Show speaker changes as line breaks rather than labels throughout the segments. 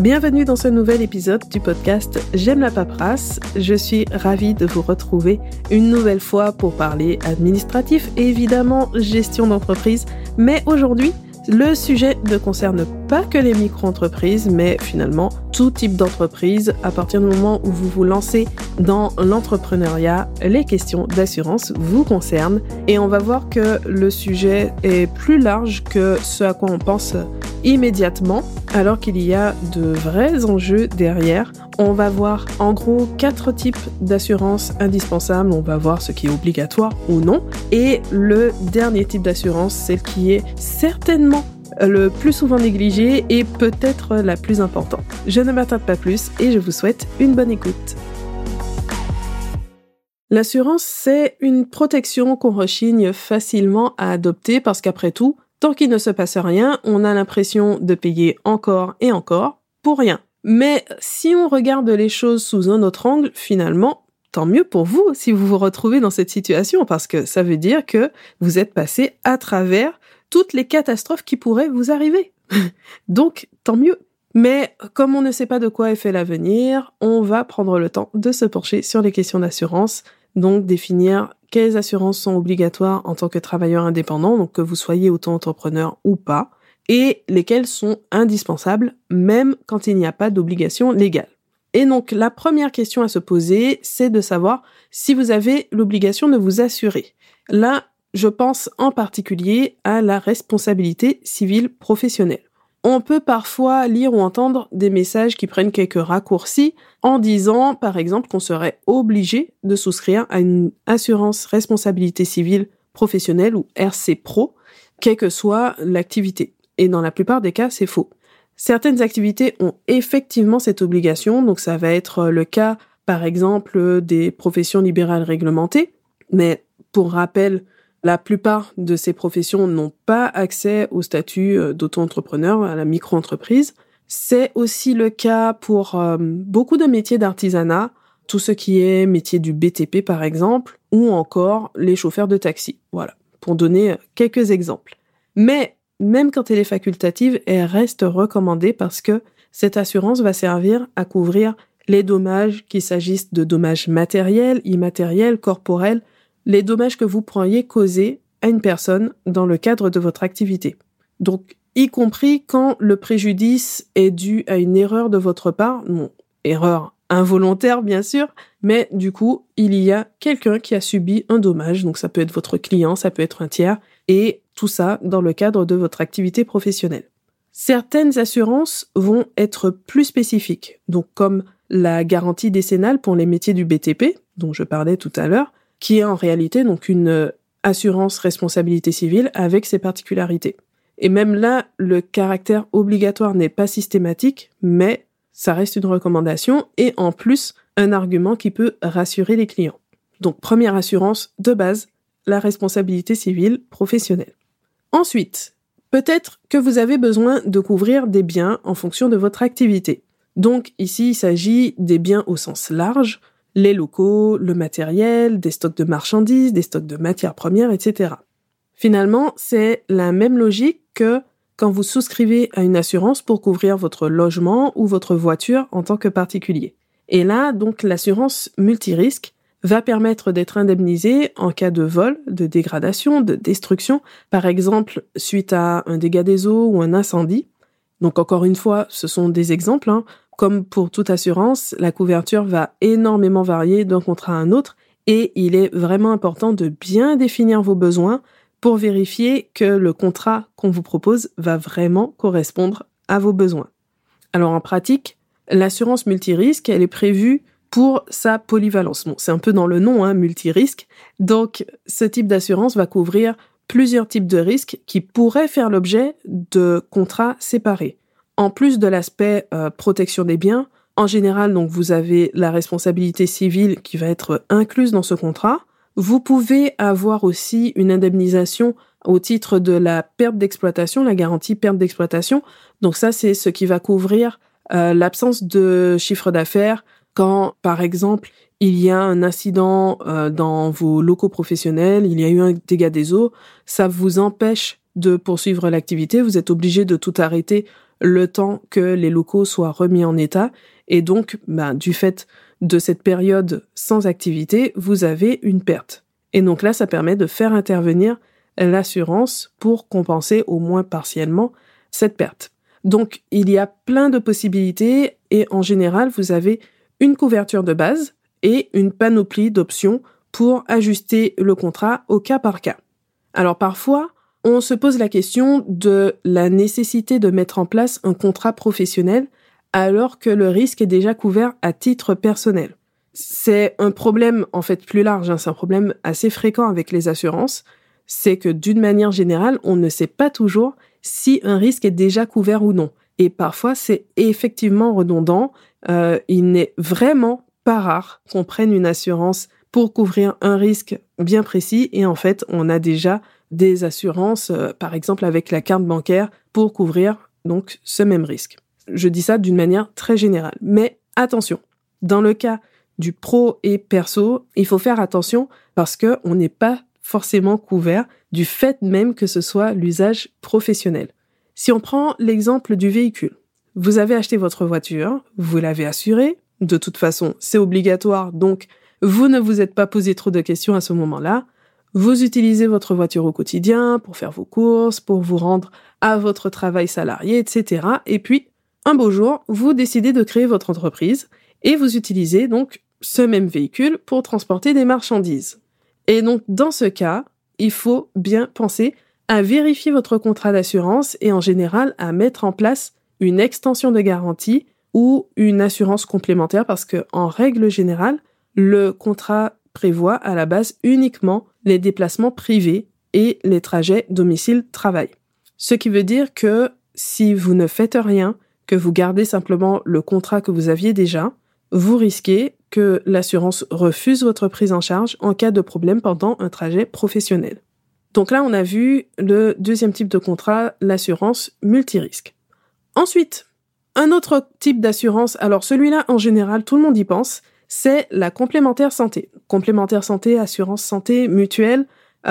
Bienvenue dans ce nouvel épisode du podcast J'aime la paperasse. Je suis ravie de vous retrouver une nouvelle fois pour parler administratif et évidemment gestion d'entreprise. Mais aujourd'hui, le sujet ne concerne pas que les micro-entreprises, mais finalement tout type d'entreprise. À partir du moment où vous vous lancez dans l'entrepreneuriat, les questions d'assurance vous concernent. Et on va voir que le sujet est plus large que ce à quoi on pense immédiatement, alors qu'il y a de vrais enjeux derrière. On va voir en gros 4 types d'assurance indispensables. On va voir ce qui est obligatoire ou non. Et le dernier type d'assurance, celle qui est certainement le plus souvent négligée et peut-être la plus importante. Je ne m'attarde pas plus et je vous souhaite une bonne écoute. L'assurance, c'est une protection qu'on rechigne facilement à adopter parce qu'après tout, tant qu'il ne se passe rien, on a l'impression de payer encore et encore pour rien. Mais si on regarde les choses sous un autre angle, finalement, tant mieux pour vous si vous vous retrouvez dans cette situation, parce que ça veut dire que vous êtes passé à travers toutes les catastrophes qui pourraient vous arriver. Donc, tant mieux. Mais comme on ne sait pas de quoi est fait l'avenir, on va prendre le temps de se pencher sur les questions d'assurance, donc définir quelles assurances sont obligatoires en tant que travailleur indépendant, donc que vous soyez auto-entrepreneur ou pas, et lesquelles sont indispensables, même quand il n'y a pas d'obligation légale. Et donc, la première question à se poser, c'est de savoir si vous avez l'obligation de vous assurer. Là, je pense en particulier à la responsabilité civile professionnelle. On peut parfois lire ou entendre des messages qui prennent quelques raccourcis en disant, par exemple, qu'on serait obligé de souscrire à une assurance responsabilité civile professionnelle ou RC Pro, quelle que soit l'activité. Et dans la plupart des cas, c'est faux. Certaines activités ont effectivement cette obligation, donc ça va être le cas, par exemple, des professions libérales réglementées, mais pour rappel, la plupart de ces professions n'ont pas accès au statut d'auto-entrepreneur, à la micro-entreprise. C'est aussi le cas pour beaucoup de métiers d'artisanat, tout ce qui est métier du BTP par exemple, ou encore les chauffeurs de taxi. Voilà, pour donner quelques exemples. Mais même quand elle est facultative, elle reste recommandée parce que cette assurance va servir à couvrir les dommages, qu'il s'agisse de dommages matériels, immatériels, corporels, les dommages que vous pourriez causer à une personne dans le cadre de votre activité. Donc, y compris quand le préjudice est dû à une erreur de votre part, non, erreur involontaire bien sûr, mais du coup, il y a quelqu'un qui a subi un dommage, donc ça peut être votre client, ça peut être un tiers, et tout ça dans le cadre de votre activité professionnelle. Certaines assurances vont être plus spécifiques, donc comme la garantie décennale pour les métiers du BTP, dont je parlais tout à l'heure, qui est en réalité donc une assurance responsabilité civile avec ses particularités. Et même là, le caractère obligatoire n'est pas systématique, mais ça reste une recommandation et en plus, un argument qui peut rassurer les clients. Donc, première assurance de base, la responsabilité civile professionnelle. Ensuite, peut-être que vous avez besoin de couvrir des biens en fonction de votre activité. Donc, ici, il s'agit des biens au sens large, les locaux, le matériel, des stocks de marchandises, des stocks de matières premières, etc. Finalement, c'est la même logique que quand vous souscrivez à une assurance pour couvrir votre logement ou votre voiture en tant que particulier. Et là, donc, l'assurance multirisque va permettre d'être indemnisé en cas de vol, de dégradation, de destruction, par exemple suite à un dégât des eaux ou un incendie. Donc encore une fois, ce sont des exemples, Comme pour toute assurance, la couverture va énormément varier d'un contrat à un autre et il est vraiment important de bien définir vos besoins pour vérifier que le contrat qu'on vous propose va vraiment correspondre à vos besoins. Alors en pratique, l'assurance multirisque, elle est prévue pour sa polyvalence. Bon, c'est un peu dans le nom, multirisque. Donc ce type d'assurance va couvrir plusieurs types de risques qui pourraient faire l'objet de contrats séparés. En plus de l'aspect protection des biens, en général, donc vous avez la responsabilité civile qui va être incluse dans ce contrat. Vous pouvez avoir aussi une indemnisation au titre de la perte d'exploitation, la garantie perte d'exploitation. Donc ça, c'est ce qui va couvrir l'absence de chiffre d'affaires quand, par exemple, il y a un incident dans vos locaux professionnels, il y a eu un dégât des eaux, ça vous empêche de poursuivre l'activité, vous êtes obligé de tout arrêter le temps que les locaux soient remis en état. Et donc, du fait de cette période sans activité, vous avez une perte. Et donc là, ça permet de faire intervenir l'assurance pour compenser au moins partiellement cette perte. Donc, il y a plein de possibilités et en général, vous avez une couverture de base et une panoplie d'options pour ajuster le contrat au cas par cas. Alors parfois, on se pose la question de la nécessité de mettre en place un contrat professionnel alors que le risque est déjà couvert à titre personnel. C'est un problème en fait plus large, c'est un problème assez fréquent avec les assurances, c'est que d'une manière générale, on ne sait pas toujours si un risque est déjà couvert ou non. Et parfois, c'est effectivement redondant. Il n'est vraiment pas rare qu'on prenne une assurance pour couvrir un risque bien précis et en fait, on a déjà des assurances, par exemple avec la carte bancaire, pour couvrir donc ce même risque. Je dis ça d'une manière très générale. Mais attention, dans le cas du pro et perso, il faut faire attention parce qu'on n'est pas forcément couvert du fait même que ce soit l'usage professionnel. Si on prend l'exemple du véhicule, vous avez acheté votre voiture, vous l'avez assurée, de toute façon c'est obligatoire, donc vous ne vous êtes pas posé trop de questions à ce moment-là. Vous utilisez votre voiture au quotidien pour faire vos courses, pour vous rendre à votre travail salarié, etc. Et puis, un beau jour, vous décidez de créer votre entreprise et vous utilisez donc ce même véhicule pour transporter des marchandises. Et donc, dans ce cas, il faut bien penser à vérifier votre contrat d'assurance et en général à mettre en place une extension de garantie ou une assurance complémentaire parce que, en règle générale, le contrat prévoit à la base uniquement les déplacements privés et les trajets domicile-travail. Ce qui veut dire que si vous ne faites rien, que vous gardez simplement le contrat que vous aviez déjà, vous risquez que l'assurance refuse votre prise en charge en cas de problème pendant un trajet professionnel. Donc là, on a vu le deuxième type de contrat, l'assurance multirisque. Ensuite, un autre type d'assurance, alors celui-là, en général, tout le monde y pense, c'est la complémentaire santé. Complémentaire santé, assurance santé, mutuelle.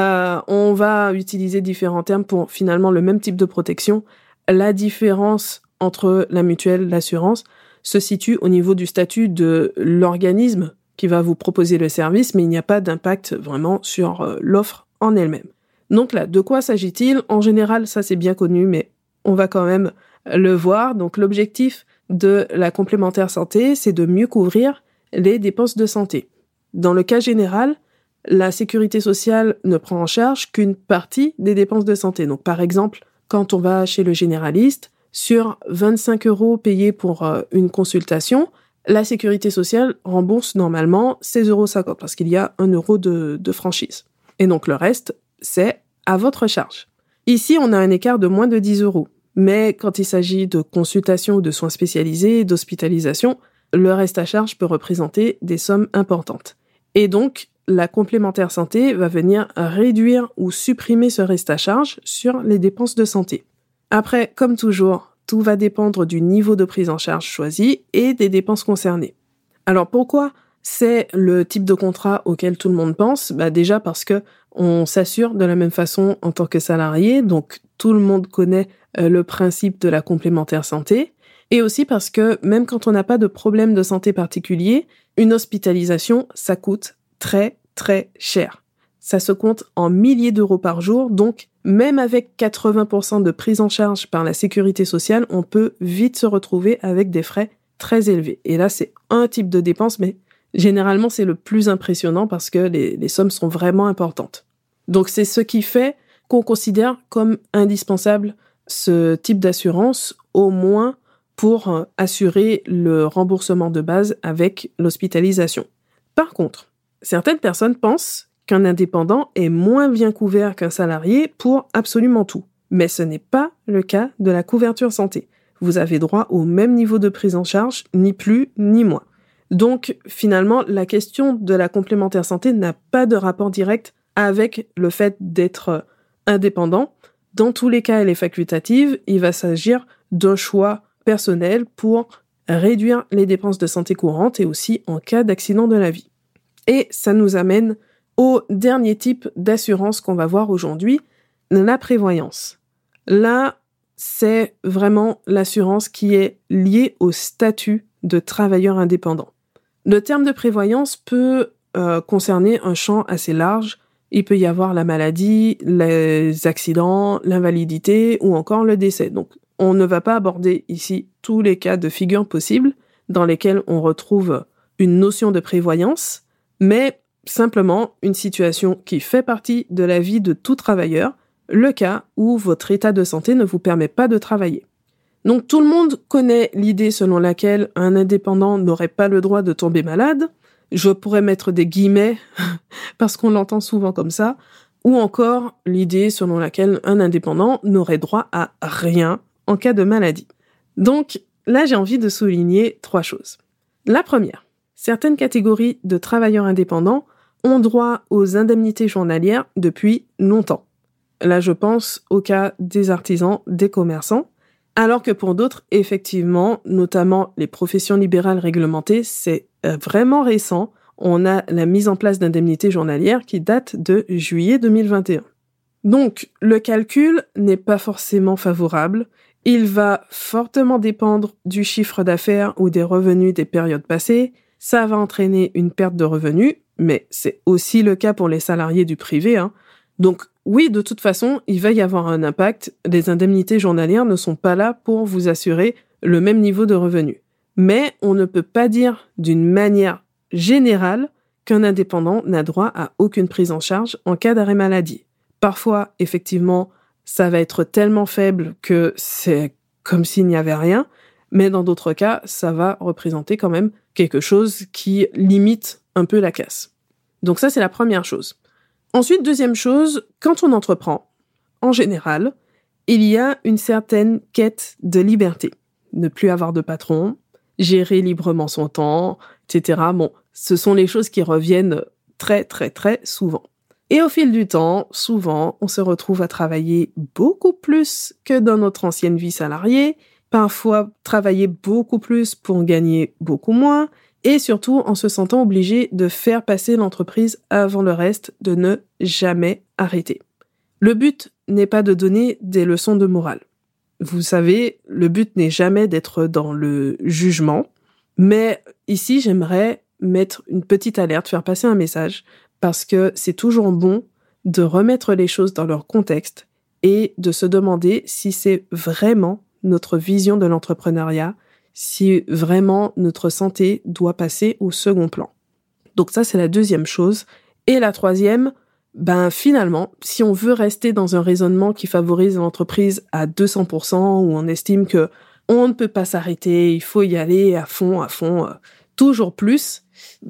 On va utiliser différents termes pour finalement le même type de protection. La différence entre la mutuelle et l'assurance se situe au niveau du statut de l'organisme qui va vous proposer le service, mais il n'y a pas d'impact vraiment sur l'offre en elle-même. Donc là, de quoi s'agit-il ? En général, ça c'est bien connu, mais on va quand même le voir. Donc l'objectif de la complémentaire santé, c'est de mieux couvrir les dépenses de santé. Dans le cas général, la sécurité sociale ne prend en charge qu'une partie des dépenses de santé. Donc par exemple, quand on va chez le généraliste, sur 25 € payés pour une consultation, la sécurité sociale rembourse normalement 16,50 € parce qu'il y a 1 € de franchise. Et donc le reste, c'est à votre charge. Ici, on a un écart de moins de 10 €. Mais quand il s'agit de consultations ou de soins spécialisés, d'hospitalisation, le reste à charge peut représenter des sommes importantes. Et donc, la complémentaire santé va venir réduire ou supprimer ce reste à charge sur les dépenses de santé. Après, comme toujours, tout va dépendre du niveau de prise en charge choisi et des dépenses concernées. Alors pourquoi c'est le type de contrat auquel tout le monde pense ? Déjà parce que on s'assure de la même façon en tant que salarié, donc tout le monde connaît le principe de la complémentaire santé, et aussi parce que même quand on n'a pas de problème de santé particulier, une hospitalisation, ça coûte très très cher. Ça se compte en milliers d'euros par jour, donc même avec 80% de prise en charge par la sécurité sociale, on peut vite se retrouver avec des frais très élevés. Et là, c'est un type de dépense, mais généralement, c'est le plus impressionnant parce que les sommes sont vraiment importantes. Donc, c'est ce qui fait qu'on considère comme indispensable ce type d'assurance, au moins pour assurer le remboursement de base avec l'hospitalisation. Par contre, certaines personnes pensent qu'un indépendant est moins bien couvert qu'un salarié pour absolument tout. Mais ce n'est pas le cas de la couverture santé. Vous avez droit au même niveau de prise en charge, ni plus ni moins. Donc, finalement, la question de la complémentaire santé n'a pas de rapport direct avec le fait d'être indépendant. Dans tous les cas, elle est facultative. Il va s'agir d'un choix personnel pour réduire les dépenses de santé courantes et aussi en cas d'accident de la vie. Et ça nous amène au dernier type d'assurance qu'on va voir aujourd'hui, la prévoyance. Là, c'est vraiment l'assurance qui est liée au statut de travailleur indépendant. Le terme de prévoyance peut concerner un champ assez large. Il peut y avoir la maladie, les accidents, l'invalidité ou encore le décès. Donc, on ne va pas aborder ici tous les cas de figure possibles dans lesquels on retrouve une notion de prévoyance, mais simplement une situation qui fait partie de la vie de tout travailleur, le cas où votre état de santé ne vous permet pas de travailler. Donc, tout le monde connaît l'idée selon laquelle un indépendant n'aurait pas le droit de tomber malade. Je pourrais mettre des guillemets parce qu'on l'entend souvent comme ça, ou encore l'idée selon laquelle un indépendant n'aurait droit à rien en cas de maladie. Donc là, j'ai envie de souligner 3 choses. La première, certaines catégories de travailleurs indépendants ont droit aux indemnités journalières depuis longtemps. Là, je pense au cas des artisans, des commerçants, alors que pour d'autres, effectivement, notamment les professions libérales réglementées, c'est vraiment récent. On a la mise en place d'indemnités journalières qui date de juillet 2021. Donc, le calcul n'est pas forcément favorable. Il va fortement dépendre du chiffre d'affaires ou des revenus des périodes passées. Ça va entraîner une perte de revenus, mais c'est aussi le cas pour les salariés du privé, Donc, oui, de toute façon, il va y avoir un impact. Les indemnités journalières ne sont pas là pour vous assurer le même niveau de revenus. Mais on ne peut pas dire d'une manière générale qu'un indépendant n'a droit à aucune prise en charge en cas d'arrêt maladie. Parfois, effectivement, ça va être tellement faible que c'est comme s'il n'y avait rien, mais dans d'autres cas, ça va représenter quand même quelque chose qui limite un peu la casse. Donc ça, c'est la première chose. Ensuite, deuxième chose, quand on entreprend, en général, il y a une certaine quête de liberté. Ne plus avoir de patron, gérer librement son temps, etc. Bon, ce sont les choses qui reviennent très, très, très souvent. Et au fil du temps, souvent, on se retrouve à travailler beaucoup plus que dans notre ancienne vie salariée, parfois travailler beaucoup plus pour gagner beaucoup moins, et surtout en se sentant obligé de faire passer l'entreprise avant le reste, de ne jamais arrêter. Le but n'est pas de donner des leçons de morale. Vous savez, le but n'est jamais d'être dans le jugement, mais ici, j'aimerais mettre une petite alerte, faire passer un message, parce que c'est toujours bon de remettre les choses dans leur contexte et de se demander si c'est vraiment notre vision de l'entrepreneuriat, si vraiment notre santé doit passer au second plan. Donc ça, c'est la deuxième chose. Et la troisième, finalement, si on veut rester dans un raisonnement qui favorise l'entreprise à 200%, où on estime que on ne peut pas s'arrêter, il faut y aller à fond, toujours plus,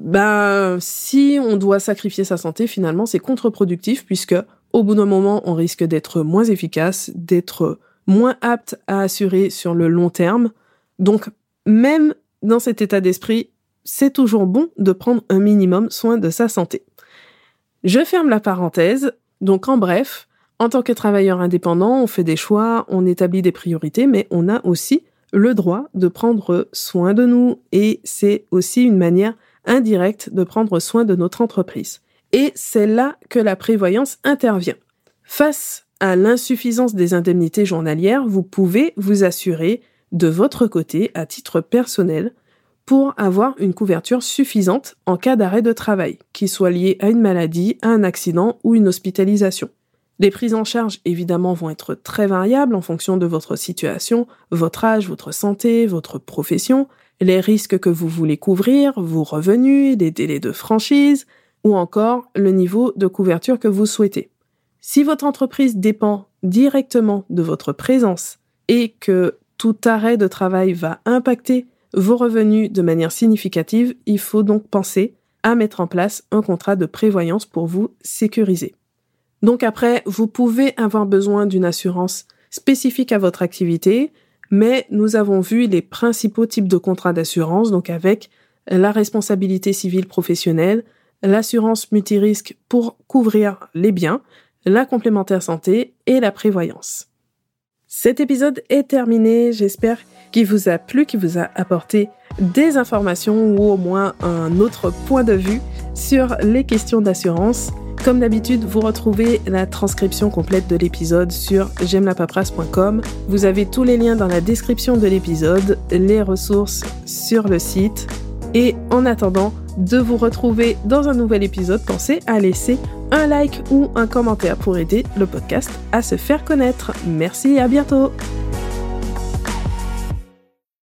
si on doit sacrifier sa santé, finalement, c'est contre-productif puisque au bout d'un moment, on risque d'être moins efficace, d'être moins apte à assurer sur le long terme. Donc, même dans cet état d'esprit, c'est toujours bon de prendre un minimum soin de sa santé. Je ferme la parenthèse. Donc, en bref, en tant que travailleur indépendant, on fait des choix, on établit des priorités, mais on a aussi le droit de prendre soin de nous et c'est aussi une manière indirecte de prendre soin de notre entreprise. Et c'est là que la prévoyance intervient. Face à l'insuffisance des indemnités journalières, vous pouvez vous assurer de votre côté, à titre personnel, pour avoir une couverture suffisante en cas d'arrêt de travail, qui soit lié à une maladie, à un accident ou une hospitalisation. Les prises en charge, évidemment, vont être très variables en fonction de votre situation, votre âge, votre santé, votre profession, les risques que vous voulez couvrir, vos revenus, les délais de franchise, ou encore le niveau de couverture que vous souhaitez. Si votre entreprise dépend directement de votre présence et que tout arrêt de travail va impacter vos revenus de manière significative, il faut donc penser à mettre en place un contrat de prévoyance pour vous sécuriser. Donc après, vous pouvez avoir besoin d'une assurance spécifique à votre activité, mais nous avons vu les principaux types de contrats d'assurance, donc avec la responsabilité civile professionnelle, l'assurance multirisque pour couvrir les biens, la complémentaire santé et la prévoyance. Cet épisode est terminé, j'espère qu'il vous a plu, qu'il vous a apporté des informations ou au moins un autre point de vue sur les questions d'assurance. Comme d'habitude, vous retrouvez la transcription complète de l'épisode sur j'aimelapaperasse.com. Vous avez tous les liens dans la description de l'épisode, les ressources sur le site. Et en attendant de vous retrouver dans un nouvel épisode, pensez à laisser un like ou un commentaire pour aider le podcast à se faire connaître. Merci et à bientôt!